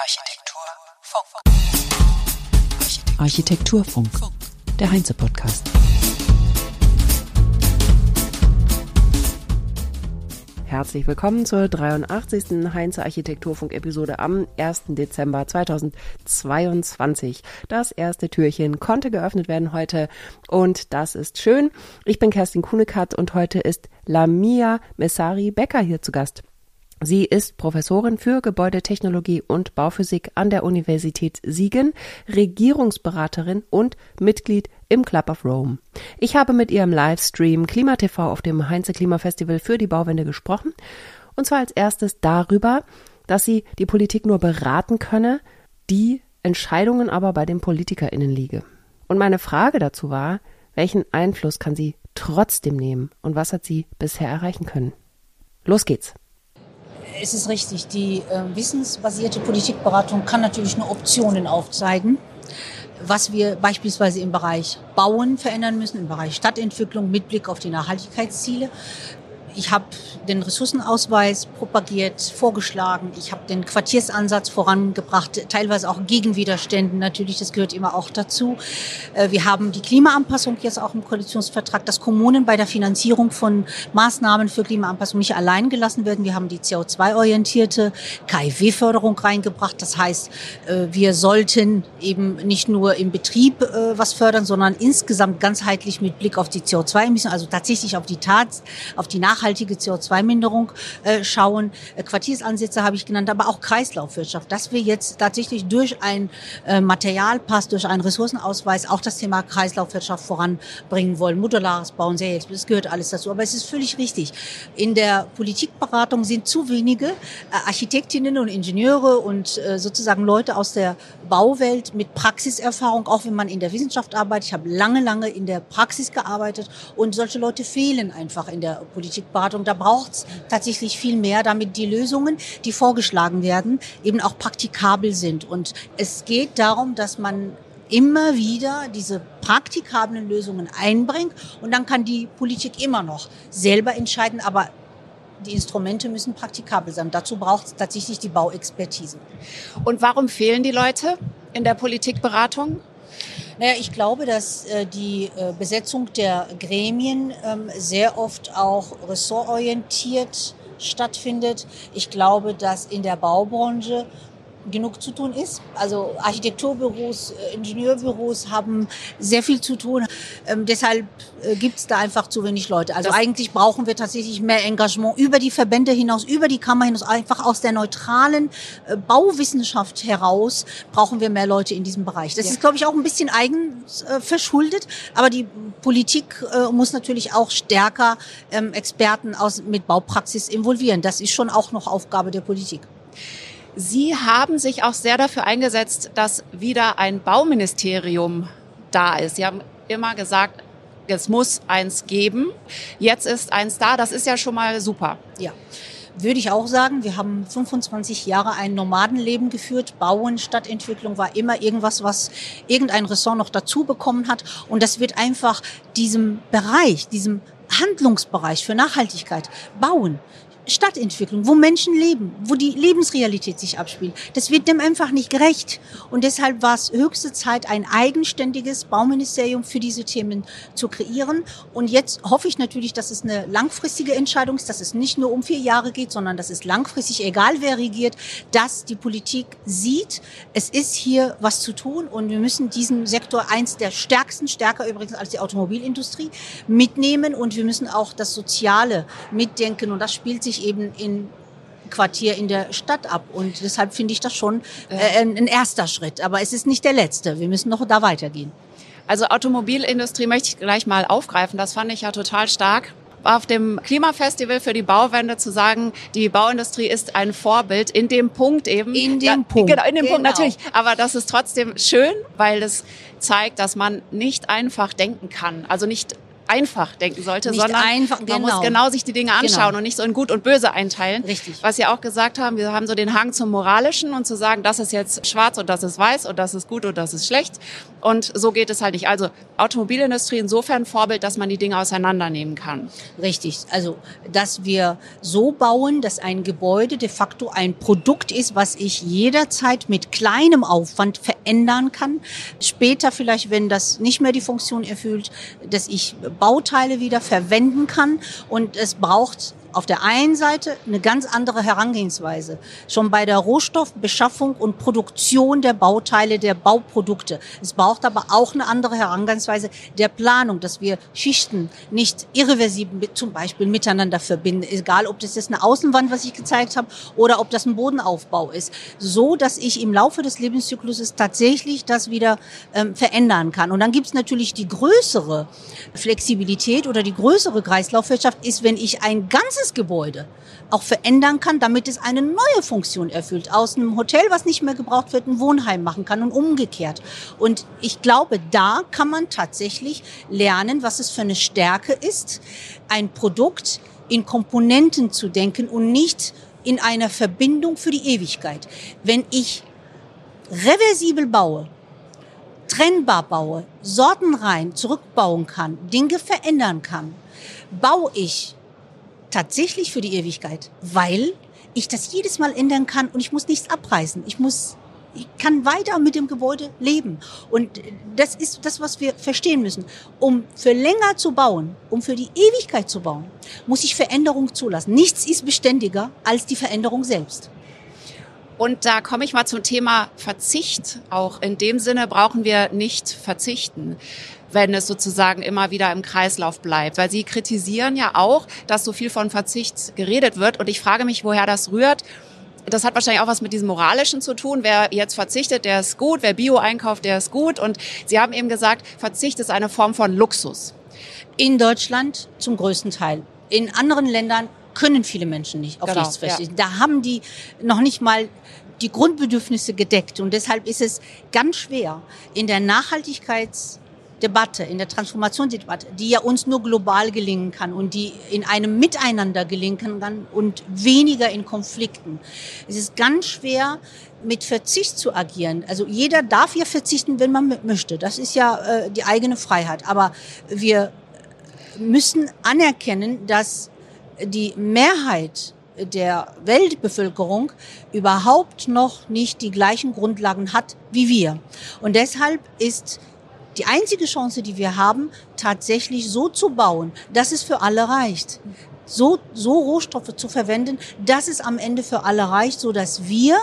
Architekturfunk. Architekturfunk, der Heinze-Podcast. Herzlich willkommen zur 83. Heinze Architekturfunk-Episode am 1. Dezember 2022. Das erste Türchen konnte geöffnet werden heute und das ist schön. Ich bin Kerstin Kuhnekatz und heute ist Lamia Messari-Becker hier zu Gast. Sie ist Professorin für Gebäudetechnologie und Bauphysik an der Universität Siegen, Regierungsberaterin und Mitglied im Club of Rome. Ich habe mit ihr im Livestream KlimaTV auf dem Heinze Klimafestival für die Bauwende gesprochen. Und zwar als erstes darüber, dass sie die Politik nur beraten könne, die Entscheidungen aber bei den PolitikerInnen liege. Und meine Frage dazu war, welchen Einfluss kann sie trotzdem nehmen und was hat sie bisher erreichen können? Los geht's. Es ist richtig, die wissensbasierte Politikberatung kann natürlich nur Optionen aufzeigen, was wir beispielsweise im Bereich Bauen verändern müssen, im Bereich Stadtentwicklung mit Blick auf die Nachhaltigkeitsziele. Ich habe den Ressourcenausweis propagiert, vorgeschlagen. Ich habe den Quartiersansatz vorangebracht, teilweise auch gegen Widerstände. Natürlich, das gehört immer auch dazu. Wir haben die Klimaanpassung jetzt auch im Koalitionsvertrag, dass Kommunen bei der Finanzierung von Maßnahmen für Klimaanpassung nicht allein gelassen werden. Wir haben die CO2-orientierte KfW-Förderung reingebracht. Das heißt, wir sollten eben nicht nur im Betrieb was fördern, sondern insgesamt ganzheitlich mit Blick auf die CO2-Emissionen, also tatsächlich auf die nachhaltige CO2-Minderung schauen. Quartiersansätze habe ich genannt, aber auch Kreislaufwirtschaft, dass wir jetzt tatsächlich durch einen Materialpass, durch einen Ressourcenausweis auch das Thema Kreislaufwirtschaft voranbringen wollen. Modulares Bauen, selbst, das gehört alles dazu. Aber es ist völlig richtig. In der Politikberatung sind zu wenige Architektinnen und Ingenieure und sozusagen Leute aus der Bauwelt mit Praxiserfahrung, auch wenn man in der Wissenschaft arbeitet. Ich habe lange in der Praxis gearbeitet und solche Leute fehlen einfach in der Politikberatung. Da braucht es tatsächlich viel mehr, damit die Lösungen, die vorgeschlagen werden, eben auch praktikabel sind. Und es geht darum, dass man immer wieder diese praktikablen Lösungen einbringt und dann kann die Politik immer noch selber entscheiden, aber die Instrumente müssen praktikabel sein. Dazu braucht es tatsächlich die Bauexpertise. Und warum fehlen die Leute in der Politikberatung? Naja, ich glaube, dass die Besetzung der Gremien sehr oft auch ressortorientiert stattfindet. Ich glaube, dass in der Baubranche genug zu tun ist. Also Architekturbüros, Ingenieurbüros haben sehr viel zu tun. Deshalb gibt es da einfach zu wenig Leute. Also eigentlich brauchen wir tatsächlich mehr Engagement über die Verbände hinaus, über die Kammer hinaus, einfach aus der neutralen Bauwissenschaft heraus brauchen wir mehr Leute in diesem Bereich. Das ist, glaube ich, auch ein bisschen verschuldet, aber die Politik muss natürlich auch stärker Experten mit Baupraxis involvieren. Das ist schon auch noch Aufgabe der Politik. Sie haben sich auch sehr dafür eingesetzt, dass wieder ein Bauministerium da ist. Sie haben immer gesagt, es muss eins geben. Jetzt ist eins da. Das ist ja schon mal super. Ja, würde ich auch sagen. Wir haben 25 Jahre ein Nomadenleben geführt. Bauen, Stadtentwicklung war immer irgendwas, was irgendein Ressort noch dazu bekommen hat. Und das wird einfach diesem Bereich, diesem Handlungsbereich für Nachhaltigkeit, Bauen, Stadtentwicklung, wo Menschen leben, wo die Lebensrealität sich abspielt. Das wird dem einfach nicht gerecht. Und deshalb war es höchste Zeit, ein eigenständiges Bauministerium für diese Themen zu kreieren. Und jetzt hoffe ich natürlich, dass es eine langfristige Entscheidung ist, dass es nicht nur um 4 Jahre geht, sondern dass es langfristig, egal wer regiert, dass die Politik sieht, es ist hier was zu tun und wir müssen diesen Sektor, eins der stärksten, stärker übrigens als die Automobilindustrie, mitnehmen und wir müssen auch das Soziale mitdenken und das spielt sich eben in Quartier in der Stadt ab. Und deshalb finde ich das schon ein erster Schritt. Aber es ist nicht der letzte. Wir müssen noch da weitergehen. Also Automobilindustrie möchte ich gleich mal aufgreifen. Das fand ich ja total stark. Auf dem Klimafestival für die Bauwende zu sagen, die Bauindustrie ist ein Vorbild in dem Punkt eben. In dem Punkt. Genau, in dem Punkt natürlich. Aber das ist trotzdem schön, weil es zeigt, dass man nicht einfach denken kann. Also nicht einfach denken sollte, Nicht sondern einfach, man muss genau sich die Dinge anschauen und nicht so in Gut und Böse einteilen. Richtig. Was Sie auch gesagt haben, wir haben so den Hang zum Moralischen und zu sagen, das ist jetzt schwarz und das ist weiß und das ist gut und das ist schlecht. Und so geht es halt nicht. Also Automobilindustrie insofern Vorbild, dass man die Dinge auseinandernehmen kann. Richtig. Also, dass wir so bauen, dass ein Gebäude de facto ein Produkt ist, was ich jederzeit mit kleinem Aufwand verändern kann. Später vielleicht, wenn das nicht mehr die Funktion erfüllt, dass ich Bauteile wieder verwenden kann. Und es braucht auf der einen Seite eine ganz andere Herangehensweise. Schon bei der Rohstoffbeschaffung und Produktion der Bauteile, der Bauprodukte. Es braucht aber auch eine andere Herangehensweise der Planung, dass wir Schichten nicht irreversibel zum Beispiel miteinander verbinden. Egal, ob das jetzt eine Außenwand, was ich gezeigt habe, oder ob das ein Bodenaufbau ist. So, dass ich im Laufe des Lebenszykluses tatsächlich das wieder verändern kann. Und dann gibt es natürlich die größere Flexibilität oder die größere Kreislaufwirtschaft ist, wenn ich ein ganzes Gebäude auch verändern kann, damit es eine neue Funktion erfüllt. Aus einem Hotel, was nicht mehr gebraucht wird, ein Wohnheim machen kann und umgekehrt. Und ich glaube, da kann man tatsächlich lernen, was es für eine Stärke ist, ein Produkt in Komponenten zu denken und nicht in einer Verbindung für die Ewigkeit. Wenn ich reversibel baue, trennbar baue, sortenrein zurückbauen kann, Dinge verändern kann, baue ich tatsächlich für die Ewigkeit, weil ich das jedes Mal ändern kann und ich muss nichts abreißen. Ich kann weiter mit dem Gebäude leben. Und das ist das, was wir verstehen müssen. Um für länger zu bauen, um für die Ewigkeit zu bauen, muss ich Veränderung zulassen. Nichts ist beständiger als die Veränderung selbst. Und da komme ich mal zum Thema Verzicht. Auch in dem Sinne brauchen wir nicht verzichten, wenn es sozusagen immer wieder im Kreislauf bleibt. Weil Sie kritisieren ja auch, dass so viel von Verzicht geredet wird. Und ich frage mich, woher das rührt. Das hat wahrscheinlich auch was mit diesem Moralischen zu tun. Wer jetzt verzichtet, der ist gut. Wer Bio einkauft, der ist gut. Und Sie haben eben gesagt, Verzicht ist eine Form von Luxus. In Deutschland zum größten Teil. In anderen Ländern können viele Menschen nicht auf nichts verzichten. Ja. Da haben die noch nicht mal die Grundbedürfnisse gedeckt. Und deshalb ist es ganz schwer, in der Nachhaltigkeitsdebatte, in der Transformationsdebatte, die ja uns nur global gelingen kann und die in einem Miteinander gelingen kann und weniger in Konflikten. Es ist ganz schwer, mit Verzicht zu agieren. Also jeder darf ja verzichten, wenn man möchte. Das ist ja die eigene Freiheit. Aber wir müssen anerkennen, dass die Mehrheit der Weltbevölkerung überhaupt noch nicht die gleichen Grundlagen hat wie wir. Und deshalb ist die einzige Chance, die wir haben, tatsächlich so zu bauen, dass es für alle reicht. So Rohstoffe zu verwenden, dass es am Ende für alle reicht, so dass wir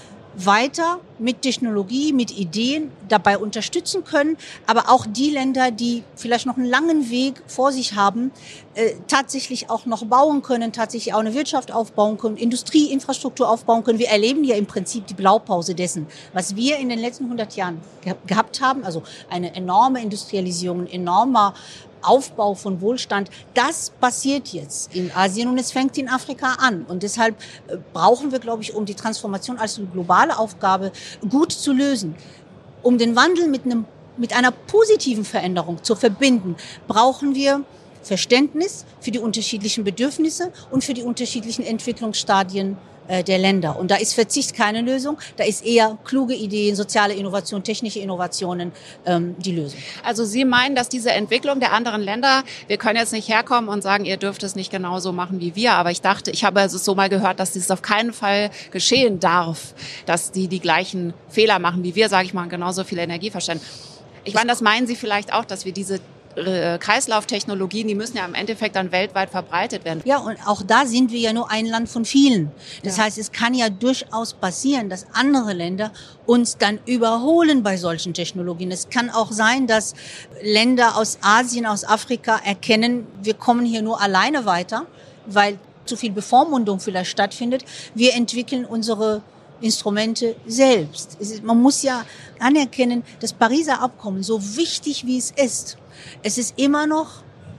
weiter mit Technologie, mit Ideen dabei unterstützen können, aber auch die Länder, die vielleicht noch einen langen Weg vor sich haben, tatsächlich auch noch bauen können, tatsächlich auch eine Wirtschaft aufbauen können, Industrieinfrastruktur aufbauen können. Wir erleben ja im Prinzip die Blaupause dessen, was wir in den letzten 100 Jahren gehabt haben, also eine enorme Industrialisierung, ein enormer Aufbau von Wohlstand, das passiert jetzt in Asien und es fängt in Afrika an. Und deshalb brauchen wir, glaube ich, um die Transformation als eine globale Aufgabe gut zu lösen, um den Wandel mit einer positiven Veränderung zu verbinden, brauchen wir Verständnis für die unterschiedlichen Bedürfnisse und für die unterschiedlichen Entwicklungsstadien der Länder. Und da ist Verzicht keine Lösung, da ist eher kluge Ideen, soziale Innovation, technische Innovationen die Lösung. Also Sie meinen, dass diese Entwicklung der anderen Länder, wir können jetzt nicht herkommen und sagen, ihr dürft es nicht genauso machen wie wir, aber ich habe es so mal gehört, dass dies auf keinen Fall geschehen darf, dass die gleichen Fehler machen wie wir, sage ich mal, genauso viel Energie verschwenden. Ich meine, das meinen Sie vielleicht auch, dass wir diese Kreislauftechnologien, die müssen ja im Endeffekt dann weltweit verbreitet werden. Ja, und auch da sind wir ja nur ein Land von vielen. Das heißt, es kann ja durchaus passieren, dass andere Länder uns dann überholen bei solchen Technologien. Es kann auch sein, dass Länder aus Asien, aus Afrika erkennen, wir kommen hier nur alleine weiter, weil zu viel Bevormundung vielleicht stattfindet. Wir entwickeln unsere Instrumente selbst. Man muss ja anerkennen, das Pariser Abkommen, so wichtig wie es ist immer noch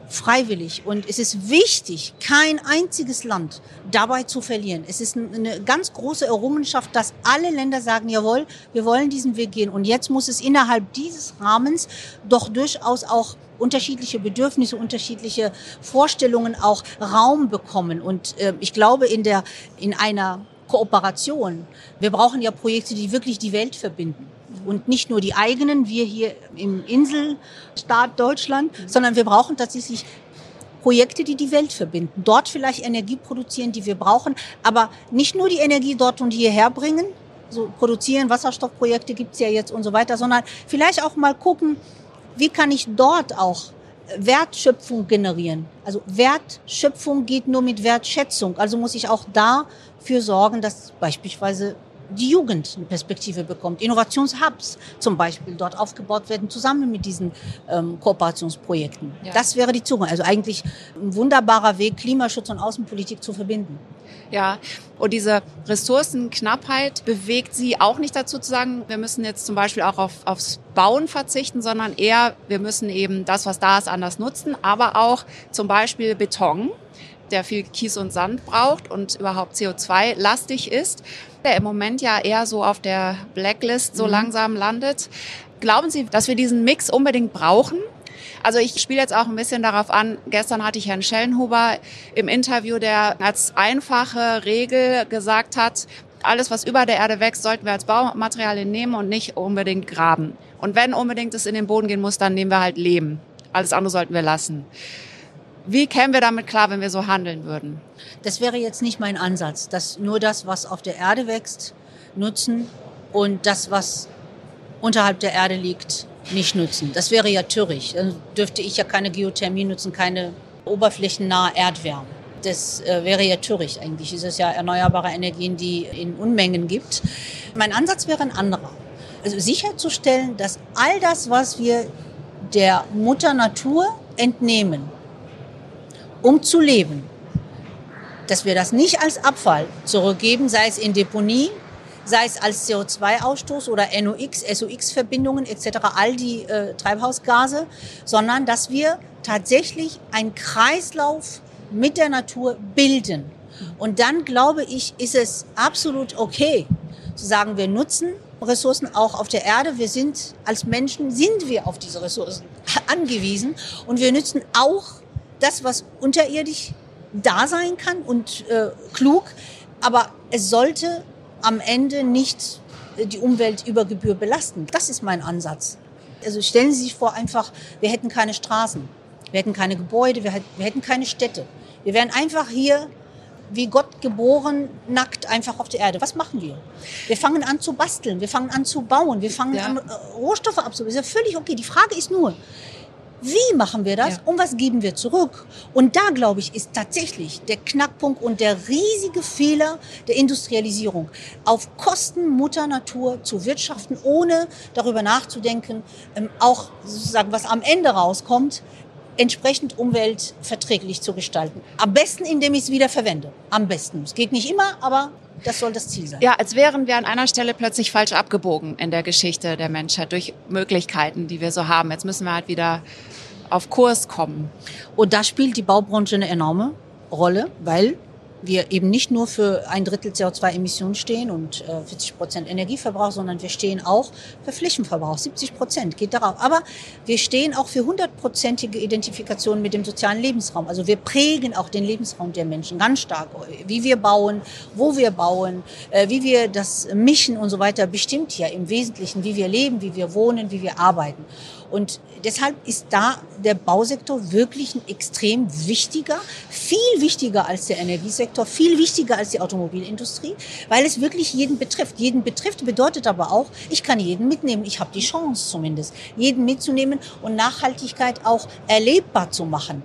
freiwillig. Und es ist wichtig, kein einziges Land dabei zu verlieren. Es ist eine ganz große Errungenschaft, dass alle Länder sagen, jawohl, wir wollen diesen Weg gehen. Und jetzt muss es innerhalb dieses Rahmens doch durchaus auch unterschiedliche Bedürfnisse, unterschiedliche Vorstellungen auch Raum bekommen. Und ich glaube, in einer Kooperation, wir brauchen ja Projekte, die wirklich die Welt verbinden. Und nicht nur die eigenen, wir hier im Inselstaat Deutschland, sondern wir brauchen tatsächlich Projekte, die die Welt verbinden. Dort vielleicht Energie produzieren, die wir brauchen, aber nicht nur die Energie dort und hierher bringen, so produzieren, Wasserstoffprojekte gibt's ja jetzt und so weiter, sondern vielleicht auch mal gucken, wie kann ich dort auch Wertschöpfung generieren. Also Wertschöpfung geht nur mit Wertschätzung. Also muss ich auch dafür sorgen, dass beispielsweise die Jugend eine Perspektive bekommt. Innovationshubs zum Beispiel dort aufgebaut werden, zusammen mit diesen Kooperationsprojekten. Ja. Das wäre die Zukunft. Also eigentlich ein wunderbarer Weg, Klimaschutz und Außenpolitik zu verbinden. Ja, und diese Ressourcenknappheit bewegt Sie auch nicht dazu zu sagen, wir müssen jetzt zum Beispiel auch aufs Bauen verzichten, sondern eher, wir müssen eben das, was da ist, anders nutzen, aber auch zum Beispiel Beton, der viel Kies und Sand braucht und überhaupt CO2-lastig ist, der im Moment ja eher so auf der Blacklist so langsam landet. Glauben Sie, dass wir diesen Mix unbedingt brauchen? Also ich spiele jetzt auch ein bisschen darauf an, gestern hatte ich Herrn Schellenhuber im Interview, der als einfache Regel gesagt hat, alles, was über der Erde wächst, sollten wir als Baumaterialien nehmen und nicht unbedingt graben. Und wenn unbedingt es in den Boden gehen muss, dann nehmen wir halt Lehm. Alles andere sollten wir lassen. Wie kämen wir damit klar, wenn wir so handeln würden? Das wäre jetzt nicht mein Ansatz, dass nur das, was auf der Erde wächst, nutzen und das, was unterhalb der Erde liegt, nicht nutzen. Das wäre ja töricht. Dann dürfte ich ja keine Geothermie nutzen, keine oberflächennahe Erdwärme. Das wäre ja töricht. Eigentlich ist es ja erneuerbare Energien, die in Unmengen gibt. Mein Ansatz wäre ein anderer. Also sicherzustellen, dass all das, was wir der Mutter Natur entnehmen, um zu leben, dass wir das nicht als Abfall zurückgeben, sei es in Deponie, sei es als CO2-Ausstoß oder NOx, SOx-Verbindungen etc., all die Treibhausgase, sondern dass wir tatsächlich einen Kreislauf mit der Natur bilden. Und dann, glaube ich, ist es absolut okay zu sagen, wir nutzen Ressourcen auch auf der Erde. Wir sind als Menschen, sind wir auf diese Ressourcen angewiesen und wir nutzen auch das, was unterirdisch da sein kann und klug, aber es sollte am Ende nicht die Umwelt über Gebühr belasten. Das ist mein Ansatz. Also stellen Sie sich vor, einfach, wir hätten keine Straßen, wir hätten keine Gebäude, wir hätten keine Städte. Wir wären einfach hier, wie Gott geboren, nackt einfach auf der Erde. Was machen wir? Wir fangen an zu basteln, wir fangen an zu bauen, wir fangen an, Rohstoffe abzubauen. Das ist ja völlig okay. Die Frage ist nur, wie machen wir das und was geben wir zurück? Und da, glaube ich, ist tatsächlich der Knackpunkt und der riesige Fehler der Industrialisierung, auf Kosten Mutter Natur zu wirtschaften, ohne darüber nachzudenken, auch sozusagen, was am Ende rauskommt, entsprechend umweltverträglich zu gestalten. Am besten, indem ich es wieder verwende. Am besten. Es geht nicht immer, aber das soll das Ziel sein. Ja, als wären wir an einer Stelle plötzlich falsch abgebogen in der Geschichte der Menschheit durch Möglichkeiten, die wir so haben. Jetzt müssen wir halt wieder auf Kurs kommen. Und da spielt die Baubranche eine enorme Rolle, weil wir eben nicht nur für 1/3 CO2-Emissionen stehen und 40% Energieverbrauch, sondern wir stehen auch für Flächenverbrauch. 70% geht darauf. Aber wir stehen auch für 100%ige Identifikation mit dem sozialen Lebensraum. Also wir prägen auch den Lebensraum der Menschen ganz stark. Wie wir bauen, wo wir bauen, wie wir das mischen und so weiter, bestimmt ja im Wesentlichen, wie wir leben, wie wir wohnen, wie wir arbeiten. Und deshalb ist da der Bausektor wirklich ein extrem wichtiger, viel wichtiger als der Energiesektor, viel wichtiger als die Automobilindustrie, weil es wirklich jeden betrifft. Jeden betrifft bedeutet aber auch, ich kann jeden mitnehmen. Ich habe die Chance zumindest, jeden mitzunehmen und Nachhaltigkeit auch erlebbar zu machen.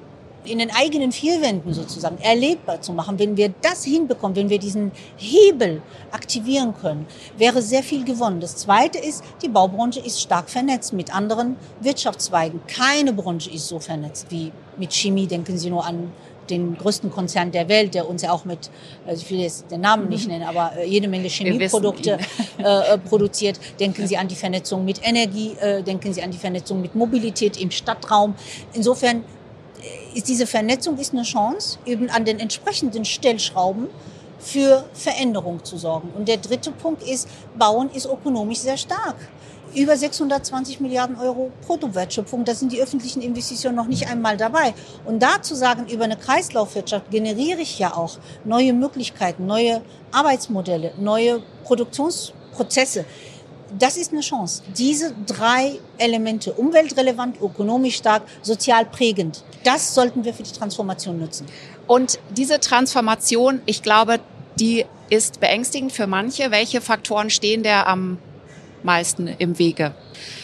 In den eigenen vier Wänden sozusagen erlebbar zu machen. Wenn wir das hinbekommen, wenn wir diesen Hebel aktivieren können, wäre sehr viel gewonnen. Das Zweite ist, die Baubranche ist stark vernetzt mit anderen Wirtschaftszweigen. Keine Branche ist so vernetzt wie mit Chemie. Denken Sie nur an den größten Konzern der Welt, der uns ja auch mit, also ich will jetzt den Namen nicht nennen, aber jede Menge Chemieprodukte produziert. Denken Sie an die Vernetzung mit Energie, denken Sie an die Vernetzung mit Mobilität im Stadtraum. Insofern diese Vernetzung ist eine Chance, eben an den entsprechenden Stellschrauben für Veränderung zu sorgen. Und der dritte Punkt ist, Bauen ist ökonomisch sehr stark. Über 620 Milliarden Euro Bruttowertschöpfung, da sind die öffentlichen Investitionen noch nicht einmal dabei. Und da zu sagen, über eine Kreislaufwirtschaft generiere ich ja auch neue Möglichkeiten, neue Arbeitsmodelle, neue Produktionsprozesse. Das ist eine Chance. Diese 3 Elemente, umweltrelevant, ökonomisch stark, sozial prägend, das sollten wir für die Transformation nutzen. Und diese Transformation, ich glaube, die ist beängstigend für manche. Welche Faktoren stehen der am meisten im Wege?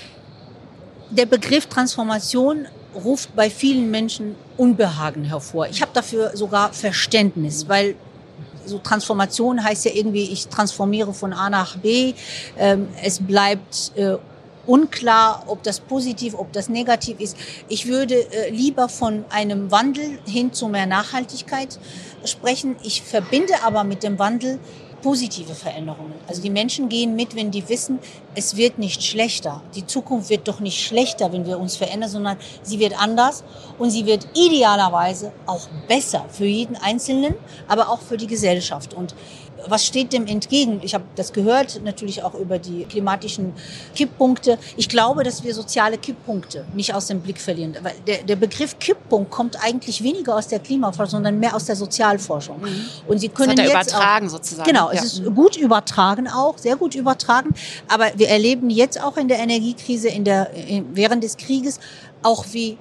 Der Begriff Transformation ruft bei vielen Menschen Unbehagen hervor. Ich habe dafür sogar Verständnis, weil so Transformation heißt ja irgendwie, ich transformiere von A nach B. Es bleibt unklar, ob das positiv, ob das negativ ist. Ich würde lieber von einem Wandel hin zu mehr Nachhaltigkeit sprechen. Ich verbinde aber mit dem Wandel positive Veränderungen. Also die Menschen gehen mit, wenn die wissen, es wird nicht schlechter. Die Zukunft wird doch nicht schlechter, wenn wir uns verändern, sondern sie wird anders und sie wird idealerweise auch besser für jeden Einzelnen, aber auch für die Gesellschaft. Und was steht dem entgegen? Ich habe das gehört, natürlich auch über die klimatischen Kipppunkte. Ich glaube, dass wir soziale Kipppunkte nicht aus dem Blick verlieren. Weil der Begriff Kipppunkt kommt eigentlich weniger aus der Klimaforschung, sondern mehr aus der Sozialforschung. Und Sie können das hat er jetzt übertragen auch, sozusagen. Genau, es ist gut übertragen auch, sehr gut übertragen. Aber wir erleben jetzt auch in der Energiekrise, während des Krieges, auch wie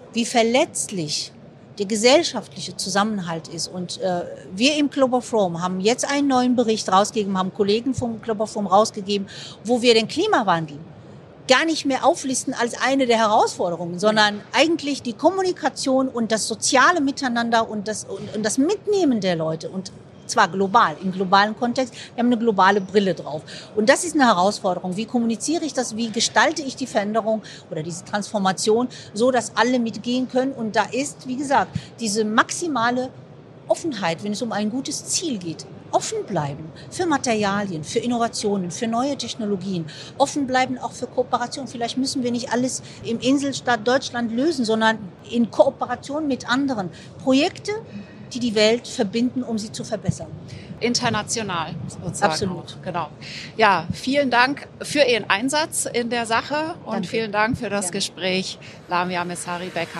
verletzlich der gesellschaftliche Zusammenhalt ist. Und wir im Club of Rome haben jetzt einen neuen Bericht rausgegeben, haben Kollegen vom Club of Rome rausgegeben, wo wir den Klimawandel gar nicht mehr auflisten als eine der Herausforderungen, sondern eigentlich die Kommunikation und das soziale Miteinander und das Mitnehmen der Leute und zwar global, im globalen Kontext. Wir haben eine globale Brille drauf. Und das ist eine Herausforderung. Wie kommuniziere ich das? Wie gestalte ich die Veränderung oder diese Transformation, so dass alle mitgehen können? Und da ist, wie gesagt, diese maximale Offenheit, wenn es um ein gutes Ziel geht. Offen bleiben für Materialien, für Innovationen, für neue Technologien. Offen bleiben auch für Kooperation. Vielleicht müssen wir nicht alles im Inselstaat Deutschland lösen, sondern in Kooperation mit anderen. Projekte, die die Welt verbinden, um sie zu verbessern. International sozusagen. Absolut. Genau. Ja, vielen Dank für Ihren Einsatz in der Sache und Danke. Vielen Dank für das Gerne. Gespräch, Lamia Messari-Becker.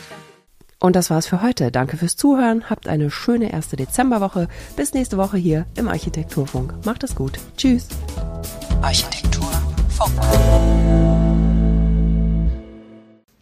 Und das war's für heute. Danke fürs Zuhören. Habt eine schöne erste Dezemberwoche. Bis nächste Woche hier im Architekturfunk. Macht es gut. Tschüss. Architekturfunk.